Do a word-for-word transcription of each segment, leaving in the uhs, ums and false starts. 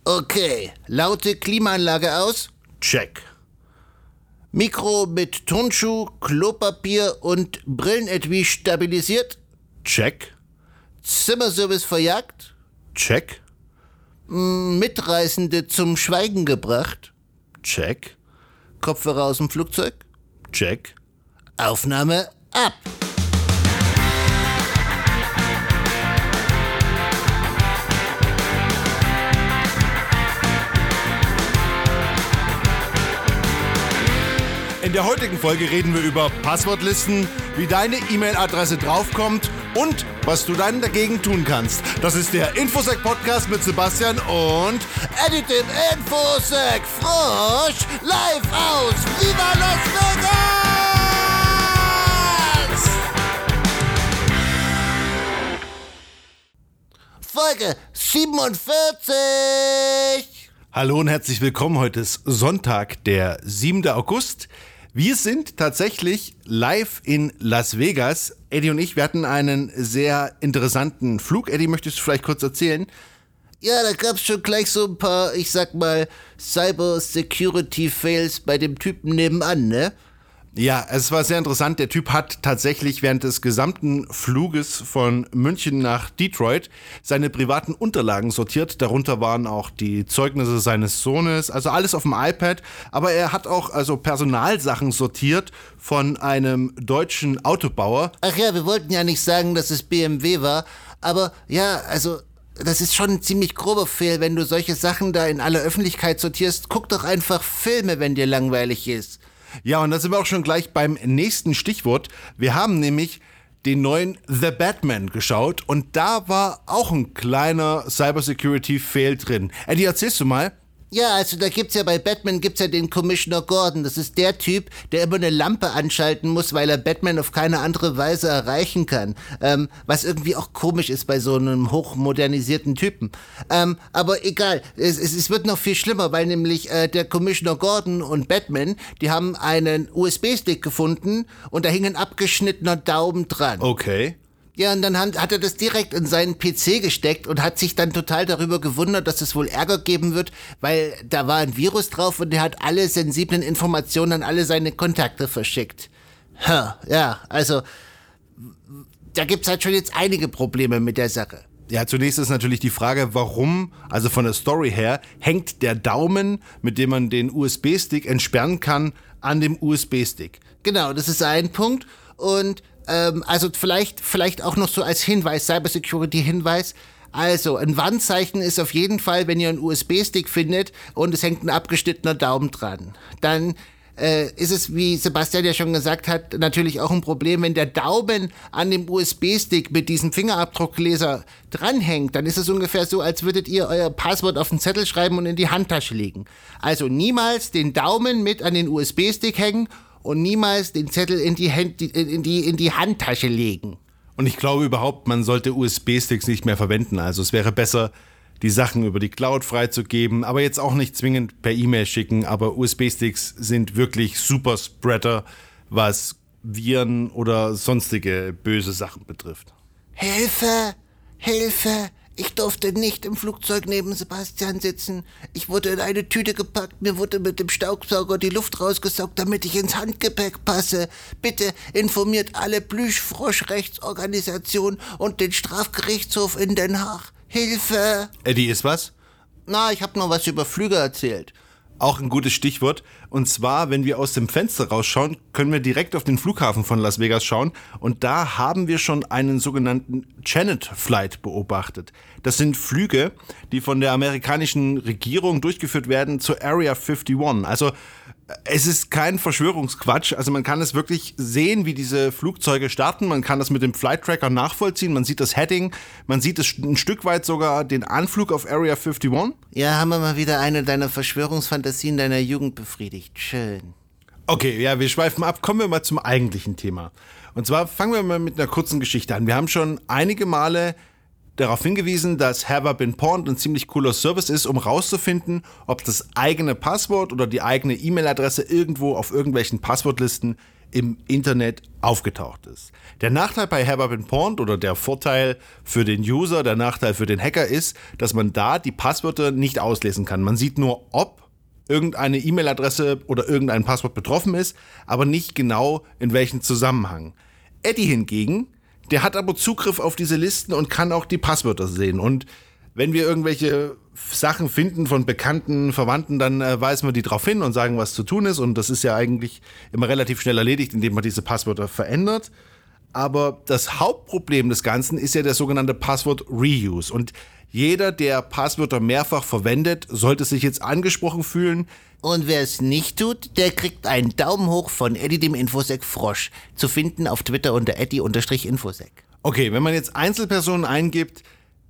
Okay, laute Klimaanlage aus? Check. Mikro mit Turnschuh, Klopapier und Brillenetui stabilisiert? Check. Zimmerservice verjagt? Check. Mitreisende zum Schweigen gebracht? Check. Kopfhörer aus dem Flugzeug? Check. Aufnahme ab! In der heutigen Folge reden wir über Passwortlisten, wie deine E-Mail-Adresse draufkommt und was du dann dagegen tun kannst. Das ist der Infosec-Podcast mit Sebastian und Eddie dem Infosec frisch live aus Viva Las Vegas! Folge siebenundvierzig! Hallo und herzlich willkommen. Heute ist Sonntag, der siebter August. Wir sind tatsächlich live in Las Vegas. Eddie und ich, wir hatten einen sehr interessanten Flug. Eddie, möchtest du vielleicht kurz erzählen? Ja, da gab's schon gleich so ein paar, ich sag mal, Cyber-Security-Fails bei dem Typen nebenan, ne? Ja, es war sehr interessant. Der Typ hat tatsächlich während des gesamten Fluges von München nach Detroit seine privaten Unterlagen sortiert. Darunter waren auch die Zeugnisse seines Sohnes, also alles auf dem iPad. Aber er hat auch also Personalsachen sortiert von einem deutschen Autobauer. Ach ja, wir wollten ja nicht sagen, dass es B M W war, aber ja, also das ist schon ein ziemlich grober Fehl, wenn du solche Sachen da in aller Öffentlichkeit sortierst. Guck doch einfach Filme, wenn dir langweilig ist. Ja, und da sind wir auch schon gleich beim nächsten Stichwort. Wir haben nämlich den neuen The Batman geschaut und da war auch ein kleiner Cybersecurity-Fail drin. Eddie, erzählst du mal? Ja, also da gibt's ja bei Batman gibt's ja den Commissioner Gordon. Das ist der Typ, der immer eine Lampe anschalten muss, weil er Batman auf keine andere Weise erreichen kann. Ähm, was irgendwie auch komisch ist bei so einem hochmodernisierten Typen. Ähm, aber egal, es, es, es wird noch viel schlimmer, weil nämlich äh, der Commissioner Gordon und Batman, die haben einen U S B-Stick gefunden und da hing ein abgeschnittener Daumen dran. Okay. Ja, und dann hat er das direkt in seinen P C gesteckt und hat sich dann total darüber gewundert, dass es wohl Ärger geben wird, weil da war ein Virus drauf und der hat alle sensiblen Informationen an alle seine Kontakte verschickt. Ja, also da gibt's halt schon jetzt einige Probleme mit der Sache. Ja, zunächst ist natürlich die Frage, warum, also von der Story her, hängt der Daumen, mit dem man den U S B-Stick entsperren kann, an dem U S B-Stick. Genau, das ist ein Punkt und Ähm, also vielleicht, vielleicht auch noch so als Hinweis, Cybersecurity-Hinweis. Also, ein Warnzeichen ist auf jeden Fall, wenn ihr einen U S B-Stick findet und es hängt ein abgeschnittener Daumen dran. Dann äh, ist es, wie Sebastian ja schon gesagt hat, natürlich auch ein Problem, wenn der Daumen an dem U S B-Stick mit diesem Fingerabdruckleser dranhängt, dann ist es ungefähr so, als würdet ihr euer Passwort auf einen Zettel schreiben und in die Handtasche legen. Also niemals den Daumen mit an den U S B-Stick hängen und niemals den Zettel in die, Hand, in, die, in die Handtasche legen. Und ich glaube überhaupt, man sollte U S B-Sticks nicht mehr verwenden. Also es wäre besser, die Sachen über die Cloud freizugeben, aber jetzt auch nicht zwingend per E-Mail schicken. Aber U S B-Sticks sind wirklich Superspreader, was Viren oder sonstige böse Sachen betrifft. Hilfe! Hilfe! Ich durfte nicht im Flugzeug neben Sebastian sitzen. Ich wurde in eine Tüte gepackt, mir wurde mit dem Staubsauger die Luft rausgesaugt, damit ich ins Handgepäck passe. Bitte informiert alle Plüschfrosch-Rechtsorganisationen und den Strafgerichtshof in Den Haag. Hilfe! Eddie, ist was? Na, ich hab noch was über Flüge erzählt. Auch ein gutes Stichwort. Und zwar, wenn wir aus dem Fenster rausschauen, können wir direkt auf den Flughafen von Las Vegas schauen. Und da haben wir schon einen sogenannten Janet Flight beobachtet. Das sind Flüge, die von der amerikanischen Regierung durchgeführt werden zur Area einundfünfzig. Also es ist kein Verschwörungsquatsch. Also man kann es wirklich sehen, wie diese Flugzeuge starten. Man kann das mit dem Flight Tracker nachvollziehen. Man sieht das Heading. Man sieht es ein Stück weit sogar den Anflug auf Area einundfünfzig. Ja, haben wir mal wieder eine deiner Verschwörungsfantasien deiner Jugend befriedigt. Schön. Okay, ja, wir schweifen ab. Kommen wir mal zum eigentlichen Thema. Und zwar fangen wir mal mit einer kurzen Geschichte an. Wir haben schon einige Male darauf hingewiesen, dass Have I Been Pawned ein ziemlich cooler Service ist, um rauszufinden, ob das eigene Passwort oder die eigene E-Mail-Adresse irgendwo auf irgendwelchen Passwortlisten im Internet aufgetaucht ist. Der Nachteil bei Have I Been Pawned oder der Vorteil für den User, der Nachteil für den Hacker ist, dass man da die Passwörter nicht auslesen kann. Man sieht nur, ob irgendeine E-Mail-Adresse oder irgendein Passwort betroffen ist, aber nicht genau in welchem Zusammenhang. Eddie hingegen, der hat aber Zugriff auf diese Listen und kann auch die Passwörter sehen. Und wenn wir irgendwelche Sachen finden von bekannten Verwandten, dann äh, weisen wir die drauf hin und sagen, was zu tun ist. Und das ist ja eigentlich immer relativ schnell erledigt, indem man diese Passwörter verändert. Aber das Hauptproblem des Ganzen ist ja der sogenannte Passwort-Reuse. Und jeder, der Passwörter mehrfach verwendet, sollte sich jetzt angesprochen fühlen. Und wer es nicht tut, der kriegt einen Daumen hoch von Eddie dem Infosec Frosch. Zu finden auf Twitter unter Eddie-Infosec. Okay, wenn man jetzt Einzelpersonen eingibt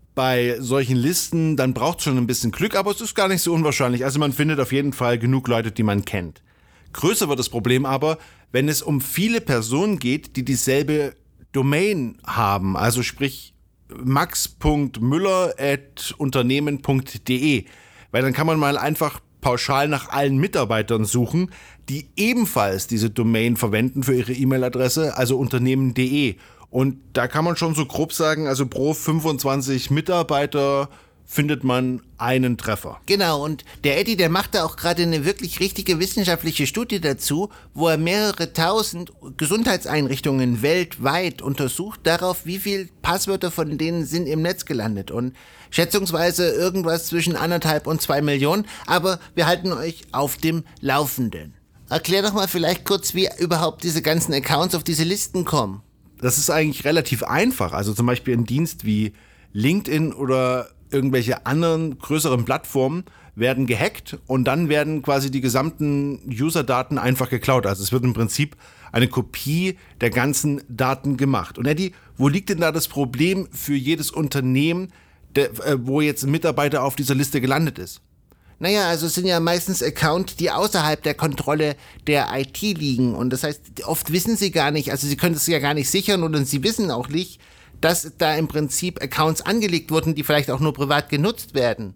bei solchen Listen, dann braucht es schon ein bisschen Glück, aber es ist gar nicht so unwahrscheinlich. Also man findet auf jeden Fall genug Leute, die man kennt. Größer wird das Problem aber, wenn es um viele Personen geht, die dieselbe Domain haben. Also sprich max punkt müller at unternehmen punkt de. Weil dann kann man mal einfach pauschal nach allen Mitarbeitern suchen, die ebenfalls diese Domain verwenden für ihre E-Mail-Adresse, also unternehmen punkt de. Und da kann man schon so grob sagen, also pro fünfundzwanzig Mitarbeiter findet man einen Treffer. Genau, und der Eddie, der macht da auch gerade eine wirklich richtige wissenschaftliche Studie dazu, wo er mehrere tausend Gesundheitseinrichtungen weltweit untersucht darauf, wie viel Passwörter von denen sind im Netz gelandet. Und schätzungsweise irgendwas zwischen anderthalb und zwei Millionen, aber wir halten euch auf dem Laufenden. Erklär doch mal vielleicht kurz, wie überhaupt diese ganzen Accounts auf diese Listen kommen. Das ist eigentlich relativ einfach. Also zum Beispiel ein Dienst wie LinkedIn oder irgendwelche anderen größeren Plattformen werden gehackt und dann werden quasi die gesamten User-Daten einfach geklaut. Also es wird im Prinzip eine Kopie der ganzen Daten gemacht. Und Eddie, wo liegt denn da das Problem für jedes Unternehmen, der, äh, wo jetzt ein Mitarbeiter auf dieser Liste gelandet ist? Naja, also es sind ja meistens Accounts, die außerhalb der Kontrolle der I T liegen. Und das heißt, oft wissen sie gar nicht, also sie können es ja gar nicht sichern und sie wissen auch nicht, dass da im Prinzip Accounts angelegt wurden, die vielleicht auch nur privat genutzt werden.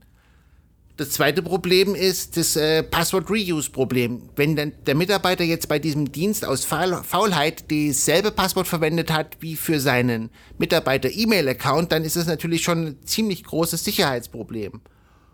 Das zweite Problem ist das äh, Passwort-Reuse-Problem. Wenn dann der Mitarbeiter jetzt bei diesem Dienst aus Faul- Faulheit dasselbe Passwort verwendet hat wie für seinen Mitarbeiter-E-Mail-Account, dann ist das natürlich schon ein ziemlich großes Sicherheitsproblem.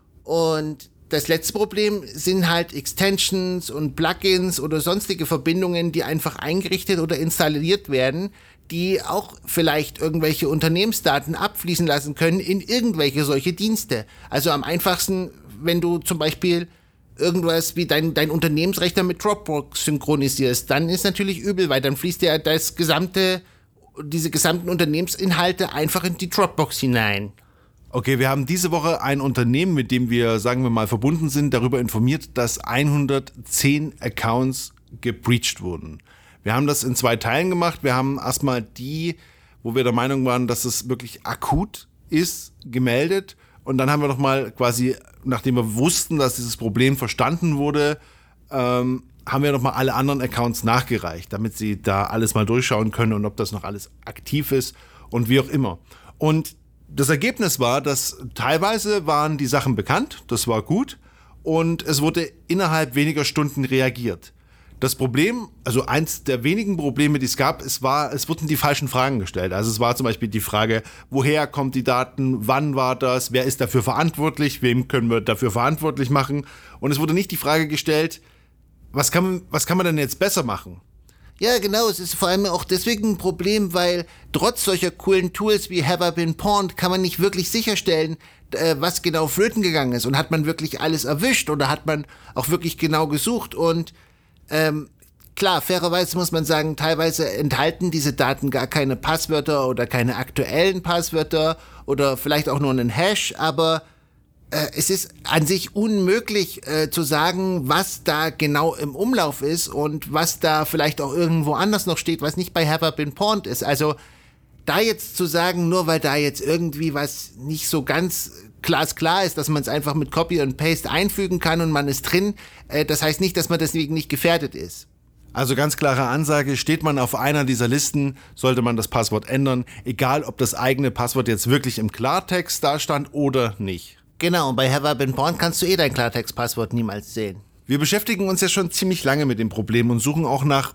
Und das letzte Problem sind halt Extensions und Plugins oder sonstige Verbindungen, die einfach eingerichtet oder installiert werden, die auch vielleicht irgendwelche Unternehmensdaten abfließen lassen können in irgendwelche solche Dienste. Also am einfachsten, wenn du zum Beispiel irgendwas wie dein, dein Unternehmensrechner mit Dropbox synchronisierst, dann ist natürlich übel, weil dann fließt ja das gesamte, diese gesamten Unternehmensinhalte einfach in die Dropbox hinein. Okay, wir haben diese Woche ein Unternehmen, mit dem wir, sagen wir mal, verbunden sind, darüber informiert, dass hundertzehn Accounts gebreached wurden. Wir haben das in zwei Teilen gemacht. Wir haben erstmal die, wo wir der Meinung waren, dass es wirklich akut ist, gemeldet. Und dann haben wir nochmal quasi, nachdem wir wussten, dass dieses Problem verstanden wurde, ähm, haben wir nochmal alle anderen Accounts nachgereicht, damit sie da alles mal durchschauen können und ob das noch alles aktiv ist und wie auch immer. Und das Ergebnis war, dass teilweise waren die Sachen bekannt, das war gut, und es wurde innerhalb weniger Stunden reagiert. Das Problem, also eins der wenigen Probleme, die es gab, es war, es wurden die falschen Fragen gestellt. Also es war zum Beispiel die Frage, woher kommen die Daten, wann war das, wer ist dafür verantwortlich, wem können wir dafür verantwortlich machen? Und es wurde nicht die Frage gestellt, was kann man, was kann man denn jetzt besser machen? Ja, genau, es ist vor allem auch deswegen ein Problem, weil trotz solcher coolen Tools wie Have I Been Pawned kann man nicht wirklich sicherstellen, äh, was genau flöten gegangen ist. Und hat man wirklich alles erwischt oder hat man auch wirklich genau gesucht? Und ähm, klar, fairerweise muss man sagen, teilweise enthalten diese Daten gar keine Passwörter oder keine aktuellen Passwörter oder vielleicht auch nur einen Hash, aber äh, es ist an sich unmöglich äh, zu sagen, was da genau im Umlauf ist und was da vielleicht auch irgendwo anders noch steht, was nicht bei Have I Been Pawned ist. Also da jetzt zu sagen, nur weil da jetzt irgendwie was nicht so ganz glasklar ist, dass man es einfach mit Copy und Paste einfügen kann und man ist drin, äh, das heißt nicht, dass man deswegen nicht gefährdet ist. Also ganz klare Ansage, steht man auf einer dieser Listen, sollte man das Passwort ändern, egal ob das eigene Passwort jetzt wirklich im Klartext da stand oder nicht. Genau, und bei Have I Been Pawned kannst du eh dein Klartext-Passwort niemals sehen. Wir beschäftigen uns ja schon ziemlich lange mit dem Problem und suchen auch nach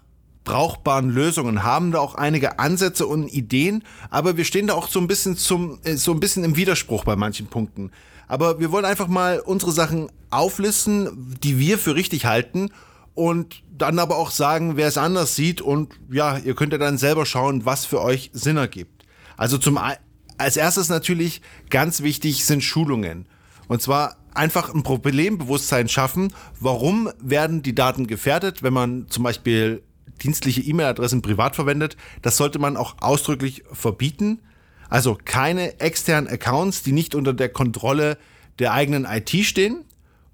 brauchbaren Lösungen, haben da auch einige Ansätze und Ideen, aber wir stehen da auch so ein bisschen zum, so ein bisschen im Widerspruch bei manchen Punkten. Aber wir wollen einfach mal unsere Sachen auflisten, die wir für richtig halten und dann aber auch sagen, wer es anders sieht und ja, ihr könnt ja dann selber schauen, was für euch Sinn ergibt. Also zum als erstes natürlich ganz wichtig sind Schulungen. Und zwar einfach ein Problembewusstsein schaffen, warum werden die Daten gefährdet, wenn man zum Beispiel dienstliche E-Mail-Adressen privat verwendet. Das sollte man auch ausdrücklich verbieten. Also keine externen Accounts, die nicht unter der Kontrolle der eigenen I T stehen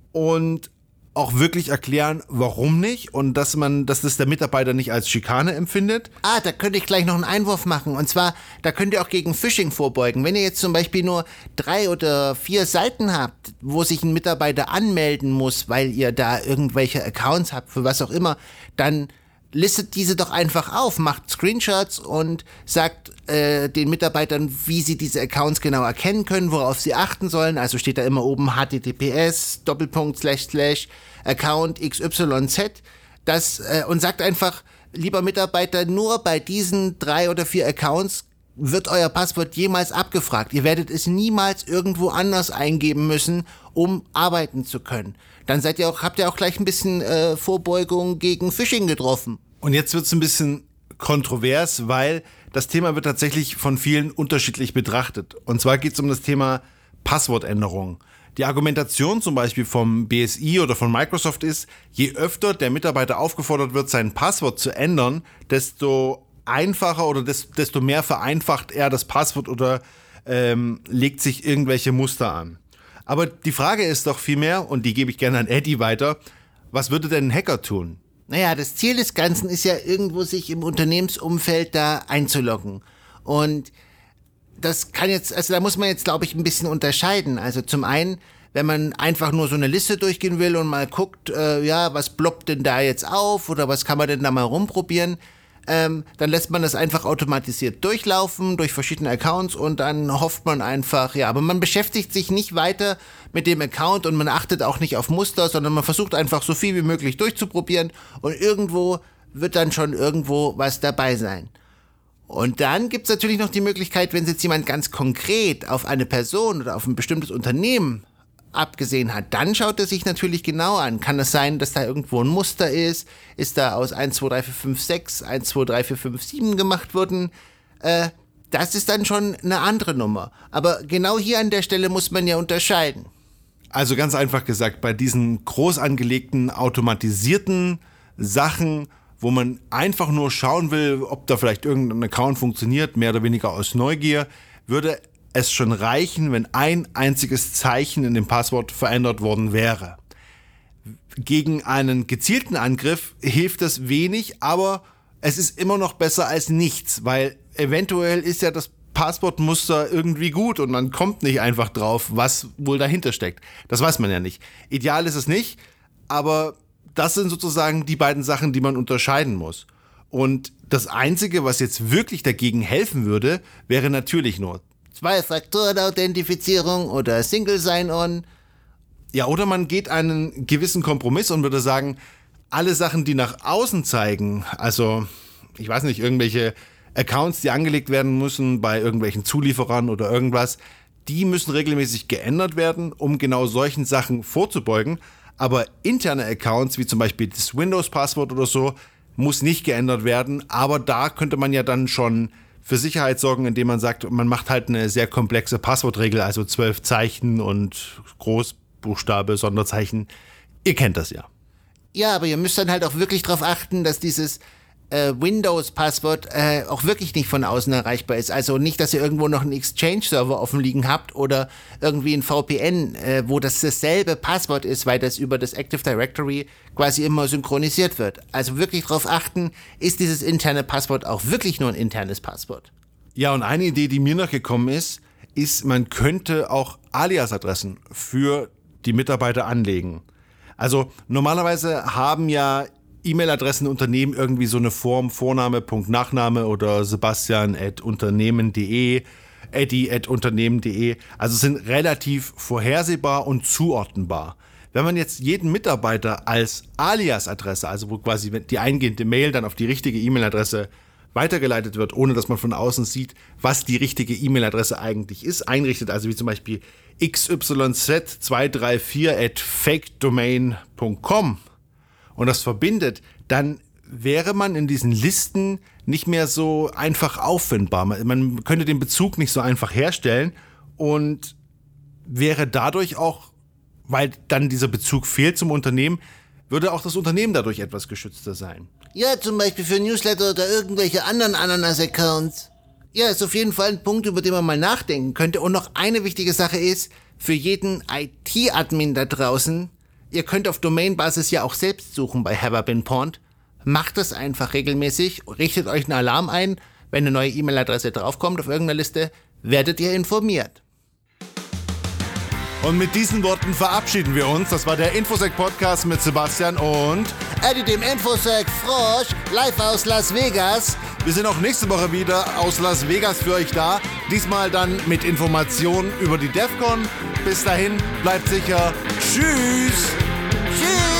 und auch wirklich erklären, warum nicht und dass man, dass das der Mitarbeiter nicht als Schikane empfindet. Ah, da könnte ich gleich noch einen Einwurf machen. Und zwar, da könnt ihr auch gegen Phishing vorbeugen. Wenn ihr jetzt zum Beispiel nur drei oder vier Seiten habt, wo sich ein Mitarbeiter anmelden muss, weil ihr da irgendwelche Accounts habt, für was auch immer, dann listet diese doch einfach auf, macht Screenshots und sagt äh, den Mitarbeitern, wie sie diese Accounts genau erkennen können, worauf sie achten sollen. Also steht da immer oben H T T P S, Doppelpunkt, Slash, Slash, Account X Y Z. Das, äh, und sagt einfach, lieber Mitarbeiter, nur bei diesen drei oder vier Accounts wird euer Passwort jemals abgefragt. Ihr werdet es niemals irgendwo anders eingeben müssen, um arbeiten zu können. Dann seid ihr auch, habt ihr auch gleich ein bisschen äh, Vorbeugung gegen Phishing getroffen. Und jetzt wird es ein bisschen kontrovers, weil das Thema wird tatsächlich von vielen unterschiedlich betrachtet. Und zwar geht es um das Thema Passwortänderung. Die Argumentation zum Beispiel vom B S I oder von Microsoft ist, je öfter der Mitarbeiter aufgefordert wird, sein Passwort zu ändern, desto einfacher oder desto mehr vereinfacht er das Passwort oder ähm, legt sich irgendwelche Muster an. Aber die Frage ist doch vielmehr, und die gebe ich gerne an Eddie weiter, was würde denn ein Hacker tun? Naja, das Ziel des Ganzen ist ja irgendwo, sich im Unternehmensumfeld da einzuloggen. Und das kann jetzt, also da muss man jetzt, glaube ich, ein bisschen unterscheiden. Also zum einen, wenn man einfach nur so eine Liste durchgehen will und mal guckt, äh, ja, was ploppt denn da jetzt auf oder was kann man denn da mal rumprobieren, ähm, dann lässt man das einfach automatisiert durchlaufen durch verschiedene Accounts und dann hofft man einfach, ja, aber man beschäftigt sich nicht weiter mit dem Account und man achtet auch nicht auf Muster, sondern man versucht einfach so viel wie möglich durchzuprobieren und irgendwo wird dann schon irgendwo was dabei sein. Und dann gibt's natürlich noch die Möglichkeit, wenn jetzt jemand ganz konkret auf eine Person oder auf ein bestimmtes Unternehmen abgesehen hat, dann schaut er sich natürlich genau an. Kann es sein, dass da irgendwo ein Muster ist? Ist da aus eins, zwei, drei, vier, fünf, sechs, eins, zwei, drei, vier, fünf, sieben gemacht worden? Äh, das ist dann schon eine andere Nummer. Aber genau hier an der Stelle muss man ja unterscheiden. Also ganz einfach gesagt, bei diesen groß angelegten, automatisierten Sachen, wo man einfach nur schauen will, ob da vielleicht irgendein Account funktioniert, mehr oder weniger aus Neugier, würde es schon reichen, wenn ein einziges Zeichen in dem Passwort verändert worden wäre. Gegen einen gezielten Angriff hilft es wenig, aber es ist immer noch besser als nichts, weil eventuell ist ja das Passwortmuster irgendwie gut und man kommt nicht einfach drauf, was wohl dahinter steckt. Das weiß man ja nicht. Ideal ist es nicht, aber das sind sozusagen die beiden Sachen, die man unterscheiden muss. Und das Einzige, was jetzt wirklich dagegen helfen würde, wäre natürlich nur Zwei-Faktoren-Authentifizierung oder Single Sign-On. Ja, oder man geht einen gewissen Kompromiss und würde sagen, alle Sachen, die nach außen zeigen, also, ich weiß nicht, irgendwelche Accounts, die angelegt werden müssen bei irgendwelchen Zulieferern oder irgendwas, die müssen regelmäßig geändert werden, um genau solchen Sachen vorzubeugen. Aber interne Accounts, wie zum Beispiel das Windows-Passwort oder so, muss nicht geändert werden. Aber da könnte man ja dann schon für Sicherheit sorgen, indem man sagt, man macht halt eine sehr komplexe Passwortregel, also zwölf Zeichen und Großbuchstabe, Sonderzeichen. Ihr kennt das ja. Ja, aber ihr müsst dann halt auch wirklich darauf achten, dass dieses äh, Windows-Passwort äh, auch wirklich nicht von außen erreichbar ist. Also nicht, dass ihr irgendwo noch einen Exchange-Server offen liegen habt oder irgendwie ein V P N, äh, wo das dasselbe Passwort ist, weil das über das Active Directory quasi immer synchronisiert wird. Also wirklich darauf achten, ist dieses interne Passwort auch wirklich nur ein internes Passwort. Ja, und eine Idee, die mir noch gekommen ist, ist, man könnte auch Alias-Adressen für die Mitarbeiter anlegen. Also normalerweise haben ja E-Mail-Adressen Unternehmen irgendwie so eine Form, Vorname, Punkt, Nachname oder Sebastian at unternehmen punkt de, Eddie at unternehmen punkt de. Also sind relativ vorhersehbar und zuordnenbar. wenn man jetzt jeden Mitarbeiter als Alias-Adresse, also wo quasi die eingehende Mail dann auf die richtige E-Mail-Adresse weitergeleitet wird, ohne dass man von außen sieht, was die richtige E-Mail-Adresse eigentlich ist, einrichtet, also wie zum Beispiel x y z zwei drei vier at fakedomain punkt com und das verbindet, dann wäre man in diesen Listen nicht mehr so einfach auffindbar. Man könnte den Bezug nicht so einfach herstellen und wäre dadurch auch, weil dann dieser Bezug fehlt zum Unternehmen, würde auch das Unternehmen dadurch etwas geschützter sein. Ja, zum Beispiel für Newsletter oder irgendwelche anderen Ananas-Accounts. Ja, ist auf jeden Fall ein Punkt, über den man mal nachdenken könnte. Und noch eine wichtige Sache ist, für jeden I T-Admin da draußen, ihr könnt auf Domain-Basis ja auch selbst suchen bei Have I Been Pawned. Macht das einfach regelmäßig, richtet euch einen Alarm ein, wenn eine neue E-Mail-Adresse draufkommt auf irgendeiner Liste, werdet ihr informiert. Und mit diesen Worten verabschieden wir uns. Das war der Infosec-Podcast mit Sebastian und Eddie, dem Infosec Frosch, live aus Las Vegas. Wir sind auch nächste Woche wieder aus Las Vegas für euch da. Diesmal dann mit Informationen über die DEF CON. Bis dahin, bleibt sicher. Tschüss. Tschüss.